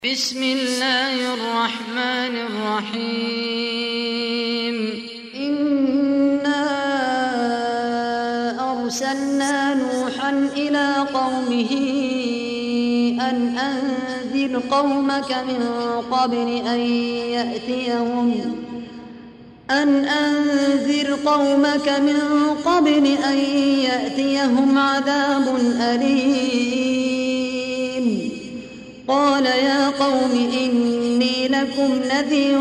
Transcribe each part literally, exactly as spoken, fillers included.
بسم الله الرحمن الرحيم إنا أرسلنا نوحا إلى قومه أن أنذر قومك من قبل أن يأتيهم أن أنذر قومك من قبل أن يأتيهم عذاب أليم. قال يا قوم إني لكم نذير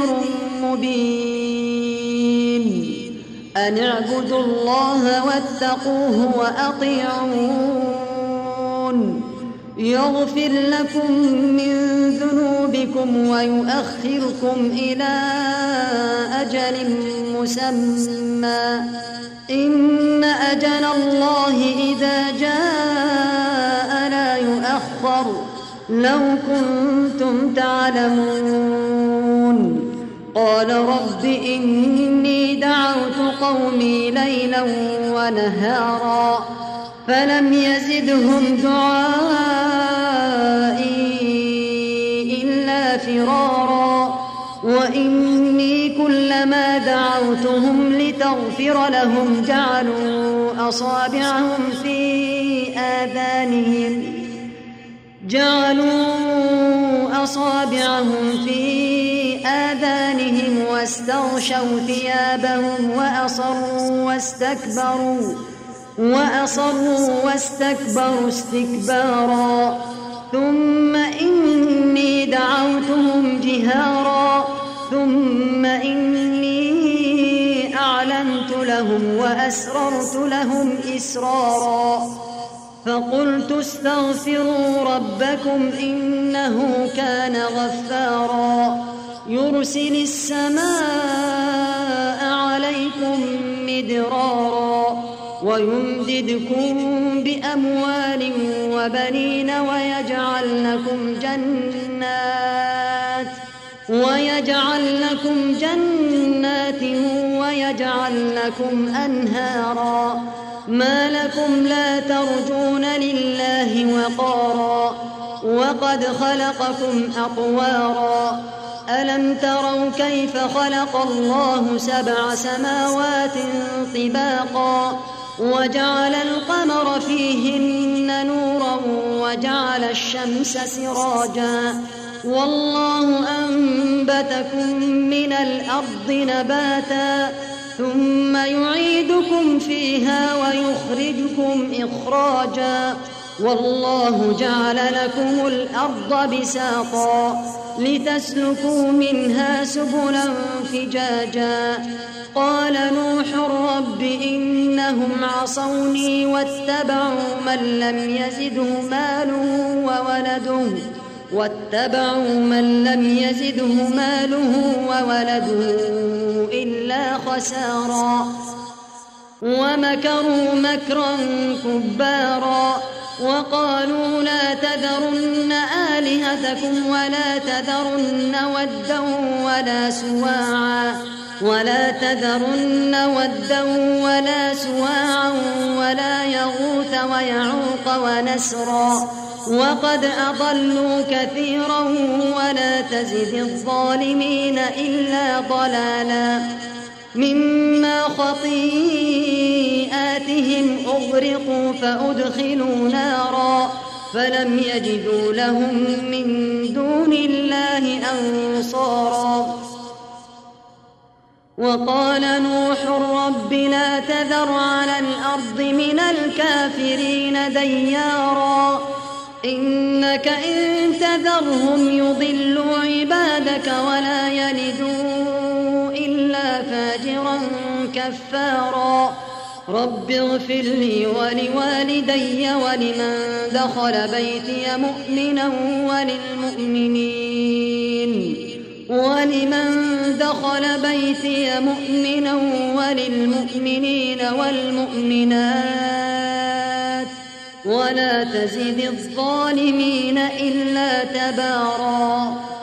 مبين أن اعبدوا الله واتقوه وأطيعون يغفر لكم من ذنوبكم ويؤخركم إلى أجل مسمى إن أجل الله إذا جاء لا يؤخر لو كنتم تعلمون. قال رب إني دعوت قومي ليلا ونهارا فلم يزدهم دعائي إلا فرارا وإني كلما دعوتهم لتغفر لهم جعلوا أصابعهم في آذانهم جعلوا أصابعهم في آذانهم واستغشوا ثيابهم وأصروا واستكبروا وأصروا واستكبروا استكبارا ثم إني دعوتهم جهارا ثم إني أعلنت لهم وأسررت لهم إسرارا فقلت استغفروا ربكم إنه كان غفارا يرسل السماء عليكم مدرارا ويمددكم بأموال وبنين ويجعل لكم جنات ويجعل لكم جنات ويجعل لكم أنهارا ما لكم لا ترجون لله وقارا وقد خلقكم أطوارا ألم تروا كيف خلق الله سبع سماوات طباقا وجعل القمر فيهن نورا وجعل الشمس سراجا والله أنبتكم من الأرض نباتا ثم يعيدكم فيها ويخرجكم إخراجا والله جعل لكم الأرض بساطا لتسلكوا منها سبلا فجاجا قال نوح رب إنهم عصوني واتبعوا من لم يزده ماله وولده واتبعوا من لم يزده ماله وولده إلا خسارا ومكروا مكرا كبارا وقالوا لا تذرن آلهتكم ولا تذرن ودا ولا سواعا ولا تذرن ودا ولا سواعا ولا يغوث ويعوق ونسرا وقد أضلوا كثيرا ولا تزد الظالمين إلا ضلالا مما خطيئاتهم أغرقوا فأدخلوا نارا فلم يجدوا لهم من دون الله أنصارا وقال نوح رب لا تذر على الأرض من الكافرين ديارا إنك إن تذرهم يضلوا عبادك ولا يلدوا إلا فاجرا كفارا رب اغفر لي ولوالدي ولمن دخل بيتي مؤمنا وللمؤمنين ولمن دخل بيتي مؤمنا وللمؤمنين والمؤمنات ولا تزد الظالمين إلا تبارا.